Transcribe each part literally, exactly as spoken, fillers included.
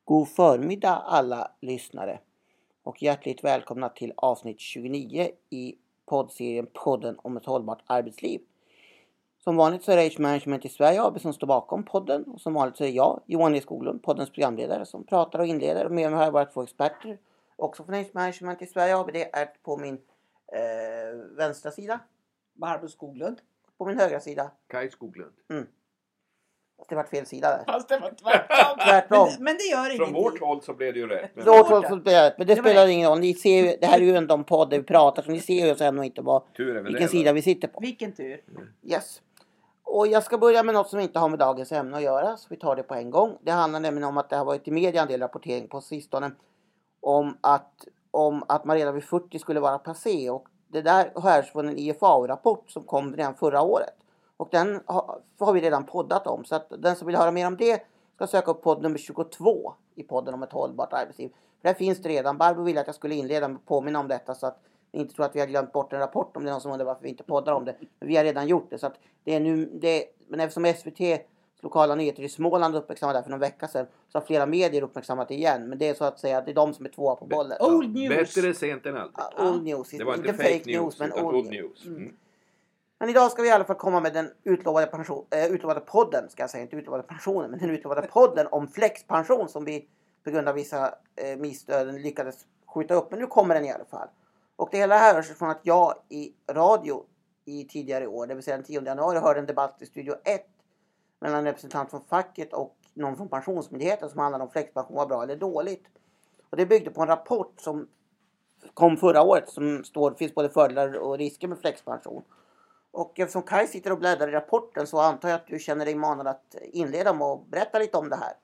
God förmiddag alla lyssnare och hjärtligt välkomna till avsnitt tjugonio i poddserien Podden om ett hållbart arbetsliv. Som vanligt så är det Age Management i Sverige A B som står bakom podden och som vanligt så är det jag, Johan E. Skoglund, poddens programledare som pratar och inleder och med mig har jag varit två experter också från Age Management i Sverige A B. Det är på min eh, vänstra sida Barbro Skoglund. På min högra sida Kaj Skoglund. Mm. Fast det var fel sida där. Fast det var tvärtom. Tvärtom. Men, men det gör ingenting. Från vårt håll så blev det ju rätt. Men, Så, så, så, men det, Det spelar var ingen roll. Ni ser ju, det här är ju en de poddar vi pratar så ni ser ju oss ändå inte vad, tur är väl vilken det, sida va? vi sitter på. Vilken tur. Yes. Och jag ska börja med något som inte har med dagens ämne att göra. Så vi tar det på en gång. Det handlar nämligen om att det har varit i media en del rapportering på sistone. Om att, om att man redan vid fyrtio skulle vara passé. Och det där hörs från en I F A O-rapport som kom redan förra året. Och den har, har vi redan poddat om. Så att den som vill höra mer om det ska söka upp podd nummer tjugotvå i podden om ett hållbart arbetsliv. För där finns det redan. Barbro ville att jag skulle inleda med att påminna om detta så att vi inte tror att vi har glömt bort en rapport om det är någon som undrar varför vi inte poddar om det. Men vi har redan gjort det. Så att det är nu, det, men eftersom S V T lokala nyheter i Småland uppmärksammade det för någon vecka sedan så har flera medier uppmärksammat det igen. Men det är så att säga att det är de som är tvåa på bollen. Old news. Bättre sent än aldrig. Uh, old news. Det var inte, inte fake, fake news, news men utan old old news. news. Mm. Men idag ska vi i alla fall komma med den utlovade, pension, äh, utlovade podden, ska jag säga, inte utlovade pensionen, men den utlovade podden om flexpension som vi på grund av vissa eh, misstöden lyckades skjuta upp. Men nu kommer den i alla fall. Och det hela här från att jag i radio i tidigare år, det vill säga den tionde januari, hörde en debatt i Studio ett mellan en representant från facket och någon från pensionsmyndigheten som handlade om flexpension var bra eller dåligt. Och det byggde på en rapport som kom förra året som står, finns både fördelar och risker med flexpension. Och eftersom Kaj sitter och bläddrar i rapporten så antar jag att du känner dig manad att inleda med att berätta lite om det här.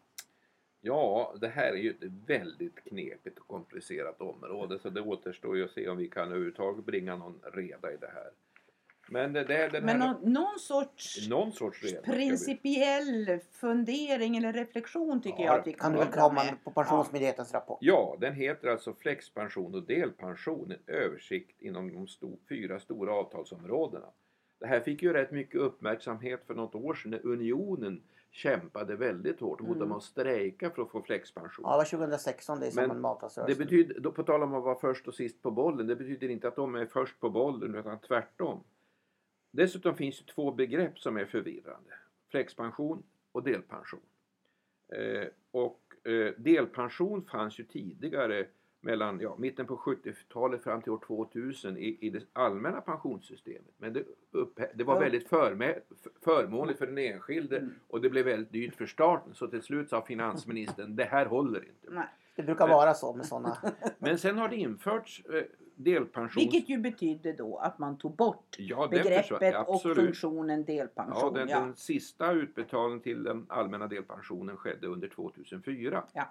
Ja, det här är ju ett väldigt knepigt och komplicerat område. Så det återstår ju att se om vi kan överhuvudtaget bringa någon reda i det här. Men det, det är den Men här... någon, någon sorts Någon sorts reda. principiell fundering eller reflektion tycker Ja, jag att vi Kan kan du väl börja komma med. på pensionsmyndighetens rapport? Ja, den heter alltså flexpension och delpension. En översikt inom de sto- fyra stora avtalsområdena. Det här fick ju rätt mycket uppmärksamhet för något år sedan när Unionen kämpade väldigt hårt mot Mm. att strejka för att få flexpension. Ja, det var tjugohundrasexton det i samband Men med avtalsrörelsen. Det betyder, då på tal om att vara först och sist på bollen, det betyder inte att de är först på bollen utan tvärtom. Dessutom finns det två begrepp som är förvirrande. Flexpension och delpension. Eh, och eh, delpension fanns ju tidigare mellan ja, mitten på sjuttiotalet fram till år tvåtusen i, i det allmänna pensionssystemet. Men det, upp, det var Ja. väldigt förmä, förmånligt för den enskilde Mm. och det blev väldigt dyrt för staten. Så till slut sa finansministern, det här håller inte. Nej. Det brukar vara så med sådana. Men sen har det införts eh, delpension. Vilket ju betyder då att man tog bort Ja, den begreppet försvann- och absolut. funktionen Ja, delpension. den, Ja, den sista utbetalningen till den allmänna delpensionen skedde under tvåtusenfyra. Ja.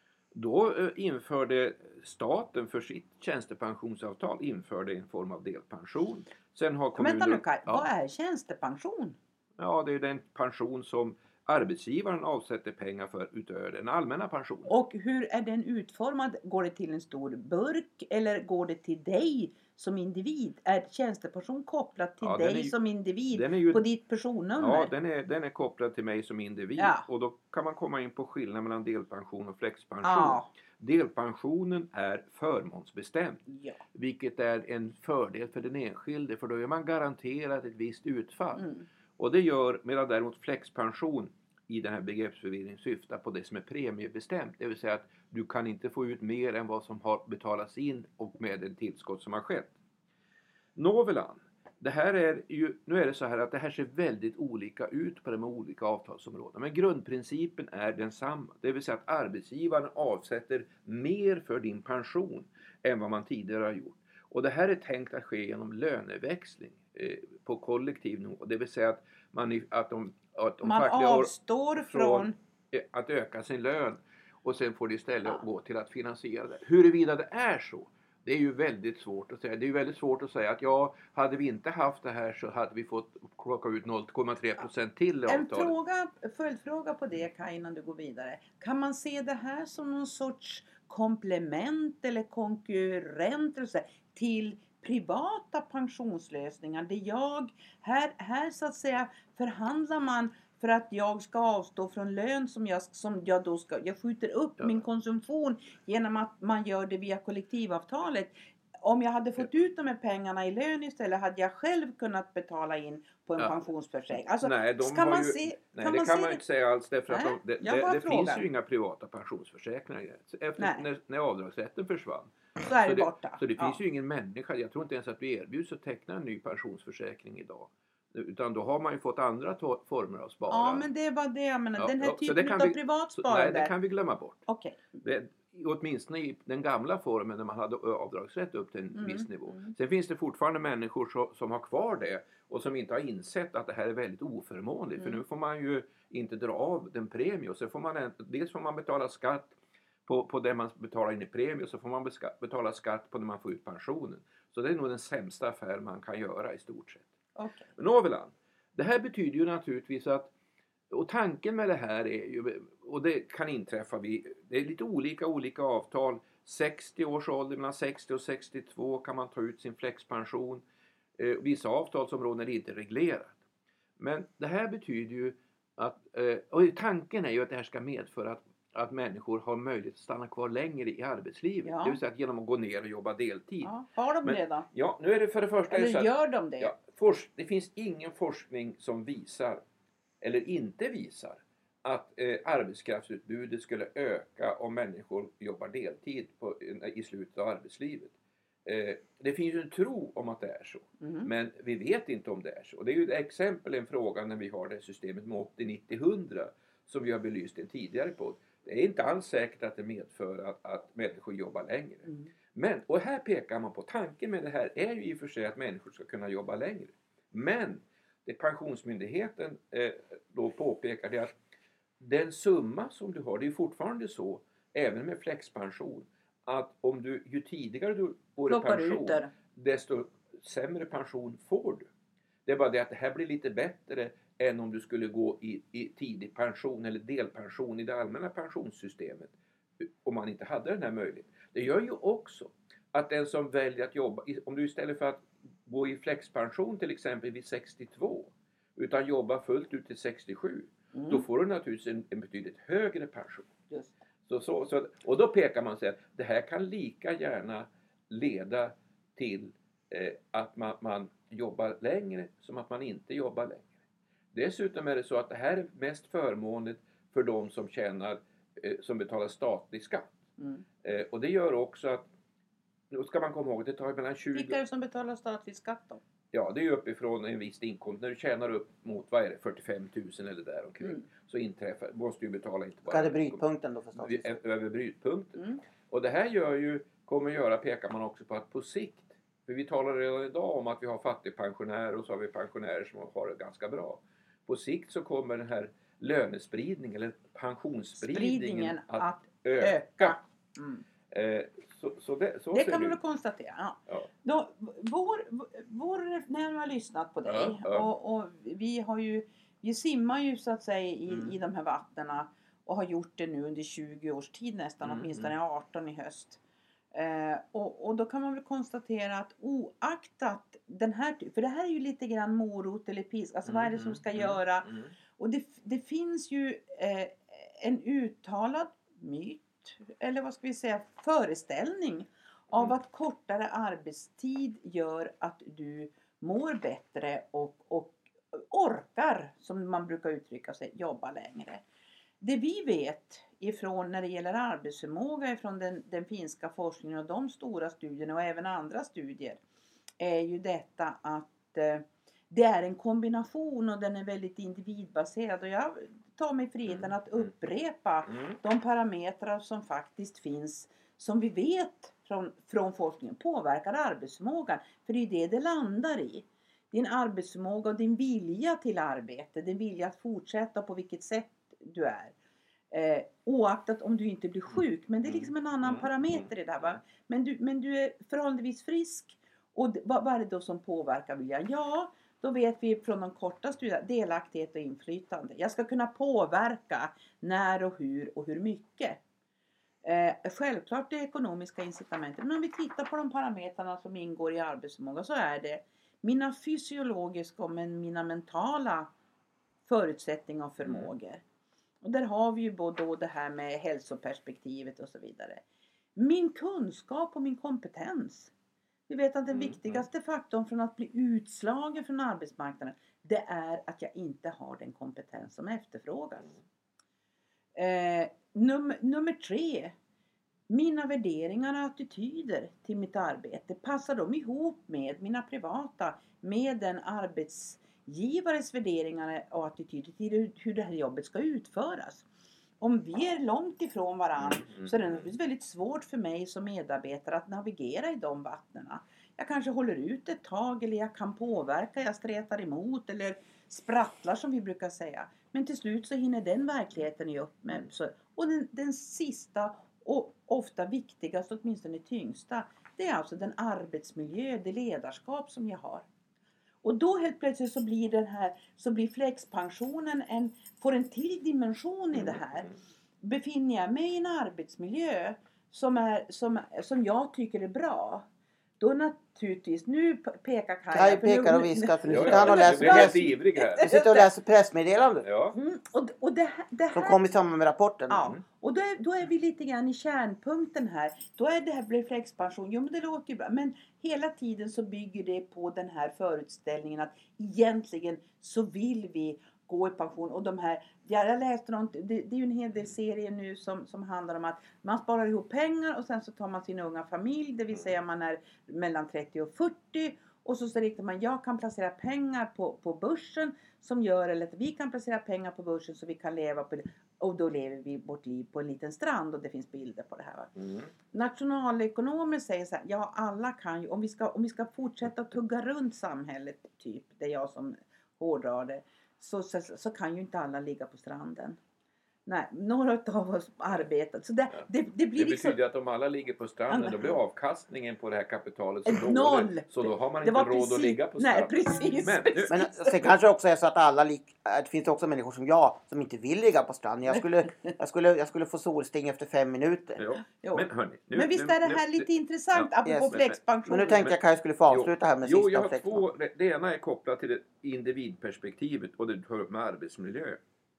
Då eh, införde staten för sitt tjänstepensionsavtal införde en form av delpension. Sen har kommuner... Vänta nu Kaj, ja, vad är tjänstepension? ja, det är den pension som arbetsgivaren avsätter pengar för utöver den allmänna pensionen. Och hur är den utformad? Går det till en stor burk eller går det till dig som individ? Är tjänstepension kopplat till Ja, den dig är ju- som individ den är ju- på ditt personnummer? Ja, den är, den är kopplad till mig som individ. Ja. Och då kan man komma in på skillnaden mellan delpension och flexpension. Ja. Delpensionen är förmånsbestämd. Ja. Vilket är en fördel för den enskilde. För då är man garanterad ett visst utfall. Mm. Och det gör, medan däremot flexpension i den här begreppsförvirringen syftar på det som är premiebestämt. Det vill säga att du kan inte få ut mer än vad som har betalats in och med en tillskott som har skett. Nåvälan. Det här är ju, nu är det så här att det här ser väldigt olika ut på de olika avtalsområdena. Men grundprincipen är densamma. Det vill säga att arbetsgivaren avsätter mer för din pension än vad man tidigare har gjort. Och det här är tänkt att ske genom löneväxling eh, på kollektiv nivå. Det vill säga att, man, att de, att de Man fackliga or- avstår från... från eh, att öka sin lön. Och sen får det istället Ja. gå till att finansiera det. Huruvida det är så. Det är ju väldigt svårt att säga. Det är ju väldigt svårt att säga att ja, hade vi inte haft det här så hade vi fått plocka ut noll komma tre procent till i En avtalet. fråga, följdfråga på det Kaj innan du går vidare. Kan man se det här som någon sorts komplement eller konkurrent eller så här, till privata pensionslösningar? Det jag, här, här så att säga förhandlar man för att jag ska avstå från lön som jag, som jag då ska, jag skjuter upp Ja. min konsumtion genom att man gör det via kollektivavtalet. Om jag hade fått ut de här pengarna i lön istället hade jag själv kunnat betala in på en Ja. pensionsförsäkring. Alltså, Nej, de ska har man ju, se, nej kan det man kan se man det? inte säga alls därför Nej, att de, det, jag det, bara det frågar. finns ju inga privata pensionsförsäkringar. Efter, Nej. när, när avdragsrätten försvann. Så är Så det det, borta. så det Ja. finns ju ingen människa, jag tror inte ens att du erbjuds att teckna en ny pensionsförsäkring idag. Utan då har man ju fått andra to- former av sparande. Ja, men det var det jag menar. Ja, Den här ja, så det typen kan av vi- privat Så, nej, sparande. det kan vi glömma bort. Okej. Det, åtminstone i den gamla formen när man hade avdragsrätt upp till en Mm, viss nivå. mm. Sen finns det fortfarande människor som, som har kvar det och som inte har insett att det här är väldigt oförmånligt. Mm. För nu får man ju inte dra av den premie och så får man en- dels får man betala skatt på, på det man betalar in i premie och så får man beska- betala skatt på när man får ut pensionen. Så det är nog den sämsta affär man kan göra i stort sett. Okej. Nåväl, det här betyder ju naturligtvis att, och tanken med det här är ju, och det kan inträffa vid, det är lite olika olika avtal. sextio års ålder, mellan sextio och sextiotvå kan man ta ut sin flexpension. Eh, vissa avtalsområden är det inte reglerat. Men det här betyder ju att, eh, och tanken är ju att det här ska medföra att, att människor har möjlighet att stanna kvar längre i arbetslivet. Ja. Det vill säga att genom att gå ner och jobba deltid. Ja, har de Men- det då? Ja, nu är det för det första är det så Eller att, gör de det? ja, forsk- det finns ingen forskning som visar eller inte visar att eh, arbetskraftsutbudet skulle öka om människor jobbar deltid på, i slutet av arbetslivet. Eh, det finns ju en tro om att det är så. Mhm. Men vi vet inte om det är så. Och det är ju ett exempel, en fråga när vi har det systemet med åttio, nittio, hundra som vi har belyst i en tidigare podd. Det är inte alls säkert att det medför att, att människor jobbar längre. Mm. Men, och här pekar man på, tanken med det här är ju i och för sig att människor ska kunna jobba längre. Men det Pensionsmyndigheten eh, då påpekar det att den summa som du har, det är fortfarande så, även med flexpension, att om du, ju tidigare du går i Plockar pension, ut det. desto sämre pension får du. Det är bara det att det här blir lite bättre än om du skulle gå i, i tidig pension eller delpension i det allmänna pensionssystemet. Om man inte hade den här möjligheten. Det gör ju också att den som väljer att jobba, om du istället för att gå i flexpension till exempel vid sextiotvå, utan jobba fullt ut till sextiosju, Mm. då får du naturligtvis en, en betydligt högre pension. Just. Så, så, så, och då pekar man sig att det här kan lika gärna leda till eh, att man, man jobbar längre som att man inte jobbar längre. Dessutom är det så att det här är mest förmånligt för de som tjänar, eh, som betalar statlig skatt. Mm. Eh, och det gör också att, då ska man komma ihåg, det tar mellan tjugo... Vilka är det som betalar statlig skatt då? Ja, det är ju uppifrån en viss inkomst. När du tjänar upp mot, vad är det, fyrtiofem tusen eller där omkring. Mm. Så inträffar, måste du betala inte bara... Ska det brytpunkten då förstås? Ö- över brytpunkten. Mm. Och det här gör ju, kommer göra, pekar man också på att på sikt, för vi talar redan idag om att vi har fattigpensionärer och så har vi pensionärer som har det ganska bra. På sikt så kommer den här lönespridningen eller pensionsspridningen Spridningen att, att öka. öka. Mm. Eh, så, så det, så Det ser kan det man väl ut. konstatera. Ja. Ja. Då, vår, vår, när vi har lyssnat på dig Ja, ja. Och, och vi har ju, vi simmar ju så att säga i, Mm. i de här vattnena och har gjort det nu under tjugo års tid nästan, Mm, åtminstone arton i höst. Eh, och, och då kan man väl konstatera att oaktat den här, ty- för det här är ju lite grann morot eller pisk, alltså vad är det som ska Mm, göra? mm, Och det, det finns ju eh, en uttalad myt, eller vad ska vi säga, föreställning av Mm. att kortare arbetstid gör att du mår bättre och, och orkar, som man brukar uttrycka sig, jobba längre. Det vi vet ifrån när det gäller arbetsförmåga ifrån den, den finska forskningen och de stora studierna och även andra studier är ju detta att eh, det är en kombination och den är väldigt individbaserad. Och jag tar mig friheten Mm. att upprepa mm. de parametrar som faktiskt finns, som vi vet från, från forskningen påverkar arbetsförmågan. För det är det det landar i. Din arbetsförmåga och din vilja till arbete, din vilja att fortsätta på vilket sätt du är. Eh, oaktat om du inte blir sjuk, men det är liksom en annan Mm. parameter i det här. Va? Men, du, men du är förhållandevis frisk. Och d- vad, vad är det då som påverkar viljan? Ja, då vet vi från de korta studierna, delaktighet och inflytande. Jag ska kunna påverka när och hur och hur mycket. Eh, självklart det ekonomiska incitamentet. Men om vi tittar på de parametrarna som ingår i arbetsförmåga så är det mina fysiologiska och men mina mentala förutsättningar och förmågor. Och där har vi ju både det här med hälsoperspektivet och så vidare. Min kunskap och min kompetens. Vi vet att den Mm, viktigaste faktorn från att bli utslagen från arbetsmarknaden, det är att jag inte har den kompetens som efterfrågas. Eh, num- nummer tre. Mina värderingar och attityder till mitt arbete. Passar de ihop med mina privata, med den arbetsgivares värderingar och attityder till hur det här jobbet ska utföras? Om vi är långt ifrån varandra Mm. så är det naturligtvis väldigt svårt för mig som medarbetare att navigera i de vattnena. Jag kanske håller ut ett tag eller jag kan påverka, jag stretar emot eller sprattlar som vi brukar säga. Men till slut så hinner den verkligheten ju upp med. Så, och den, den sista och ofta viktigaste, åtminstone tyngsta, det är alltså den arbetsmiljö, det ledarskap som jag har. Och då helt plötsligt så blir den här, så blir flexpensionen en, får en till dimension i det här. Befinner jag mig i en arbetsmiljö som, är, som, som jag tycker är bra, då naturligtvis, nu pekar Kaj. Kaj pekar och viskar för nu Ja, sitter han och ja, läser du är helt press, ivrig här. du sitter och läser pressmeddelanden Ja. Mm, och, och det, här- det som här... kom i samband med rapporten. Ja, och då är, då är vi lite grann i kärnpunkten här. Då är det här blir flexpension. Jo, men det låter ju bra. Men hela tiden så bygger det på den här föreställningen att egentligen så vill vi gå i pension. Och de här, jag läste något, det, det är ju en hel del serier nu som, som handlar om att man sparar ihop pengar och sen så tar man sin unga familj. Det vill säga man är mellan trettio och fyrtio. Och så, så riktar man, jag kan placera pengar på, på börsen som gör, eller att vi kan placera pengar på börsen så vi kan leva på det. Och då lever vi vårt liv på en liten strand och det finns bilder på det här. Va? Mm. Nationalekonomer säger så här, ja alla kan ju, om vi ska, om vi ska fortsätta tugga runt samhället typ, det är jag som hårdrar det, så, så, så kan ju inte alla ligga på stranden. Nej, några av oss arbetar. Så det, Ja. det, det blir Det liksom... betyder att om alla ligger på stranden då blir avkastningen på det här kapitalet så Ett dålig. noll. Så då har man Det inte var råd precis- att ligga på nej, stranden. precis, Men, precis. nu, Men sen kanske det också är så att alla lik, det finns också människor som jag som inte vill ligga på stranden. Jag skulle, jag skulle, jag skulle få solsting efter fem minuter. ja. Jo. Men hörni. Nu, Men visst nu, är det nu- här lite intressant Ja. apropå Yes. flexpension. Men nu tänkte jag att jag skulle få avsluta här med Jo, sista jag har fläkten. två. Det det ena är kopplat till det individperspektivet och det du tar upp med arbetsmiljö.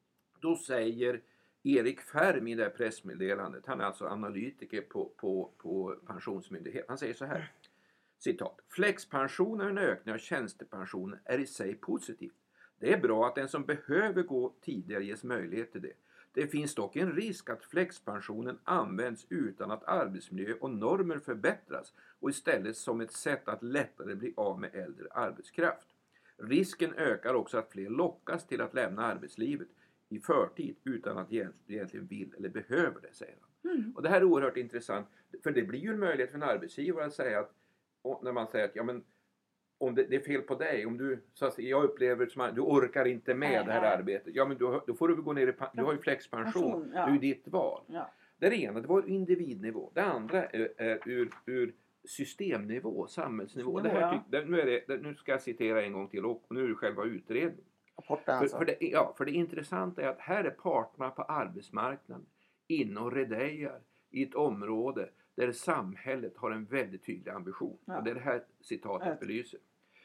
Då säger Erik Färm i det här pressmeddelandet, han är alltså analytiker på, på, på pensionsmyndighet. Han säger så här, citat. Flexpensioner och en ökning av tjänstepensionen är i sig positivt. Det är bra att den som behöver gå tidigare ges möjlighet till det. Det finns dock en risk att flexpensionen används utan att arbetsmiljö och normer förbättras och istället som ett sätt att lättare bli av med äldre arbetskraft. Risken ökar också att fler lockas till att lämna arbetslivet i förtid utan att egentligen vill eller behöver det, säger han. Mm. Och det här är oerhört intressant, för det blir ju en möjlighet för en arbetsgivare att säga att, och när man säger att ja, men, om det, det är fel på dig, om du, så att jag upplever som att du orkar inte med Nej, det här nej. arbetet, ja men då, då får du väl gå ner i, du har ju flexpension, Pension, ja. det är ju ditt val. Ja. Det är det ena, det var individnivå. Det andra är, är ur, ur systemnivå, samhällsnivå. Det här Ja. tyck, det, nu, är det, det, nu ska jag citera en gång till och nu är det själva utredningen. Rapporten För, alltså. för, det, ja, för det intressanta är att här är parterna på arbetsmarknaden inne och redejar i ett område där samhället har en väldigt tydlig ambition. Ja. Och det är det här citatet Ja. belyser.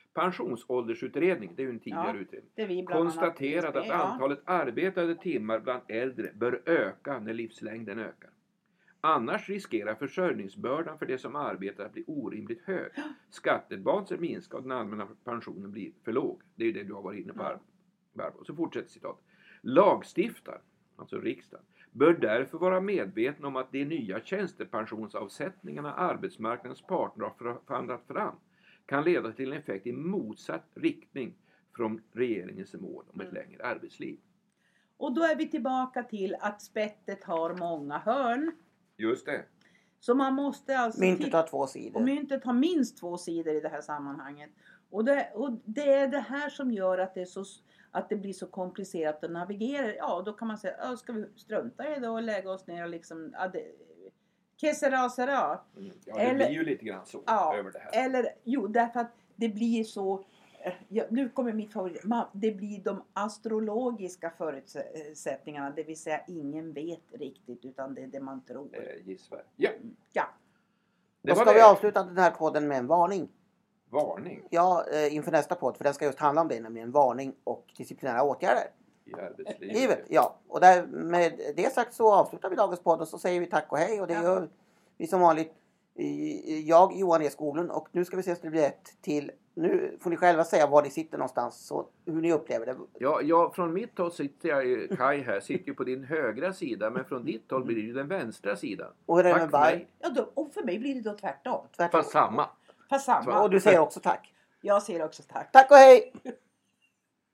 Pensionsåldersutredning, det är ju en tidigare Ja, utredning, Det är vi bland annat konstaterat att ja. antalet arbetade timmar bland äldre bör öka när livslängden ökar. Annars riskerar försörjningsbördan för det som arbetar att bli orimligt hög. Skattebasen minskar och den allmänna pensionen blir för låg. Det är ju det du har varit inne på, Ja. Barbro. Så fortsätter citat. Lagstiftaren, alltså riksdagen, bör därför vara medveten om att de nya tjänstepensionsavsättningarna arbetsmarknadens parter har förhandlat fram kan leda till en effekt i motsatt riktning från regeringens mål om ett Mm. längre arbetsliv. Och då är vi tillbaka till att spettet har många hörn. Just det. Så man måste alltså... Myntet titta- har två Och sidor. myntet har minst två sidor i det här sammanhanget. Och det, och det är det här som gör att det, är så, att det blir så komplicerat att navigera. Ja, då kan man säga, ja, ska vi strunta i det och lägga oss ner och liksom... Ja, det, que sera, sera. Mm. Ja, det Eller- blir ju lite grann så Ja, över det här. Eller, jo, därför att det blir så... eh, Ja, nu kommer mitt favorit. Ma- Det blir de astrologiska förutsättningarna. Det vill säga, ingen vet riktigt utan det är det man tror. Eh, gissvär. Ja, Ja. det Då var ska vi det. avsluta den här podden med en varning. Varning. Ja, eh, inför nästa podd. För den ska just handla om det, nämligen varning och disciplinära åtgärder. i arbetslivet. Livet, ja. Och där, med det sagt så avslutar vi dagens podd och så säger vi tack och hej. Och det Ja. gör vi som vanligt. i- Jag, Johan E. Skoglund. Och nu ska vi se så det blir ett till. Nu får ni själva säga var ni sitter någonstans. Så hur ni upplever det. Ja, jag, från mitt håll sitter jag, ju- Kai här, sitter ju på din högra sida. Men från ditt håll blir det ju den vänstra sidan. Och hur är det Tack med för Baj? mig. Ja, då, och för mig blir det då tvärtom. Tvärtom. Fast samma. Fast samma. Och du säger också tack. Jag säger också tack. Tack och hej!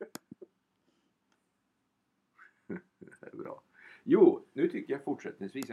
Det är bra. Jo, nu tycker jag fortsättningsvis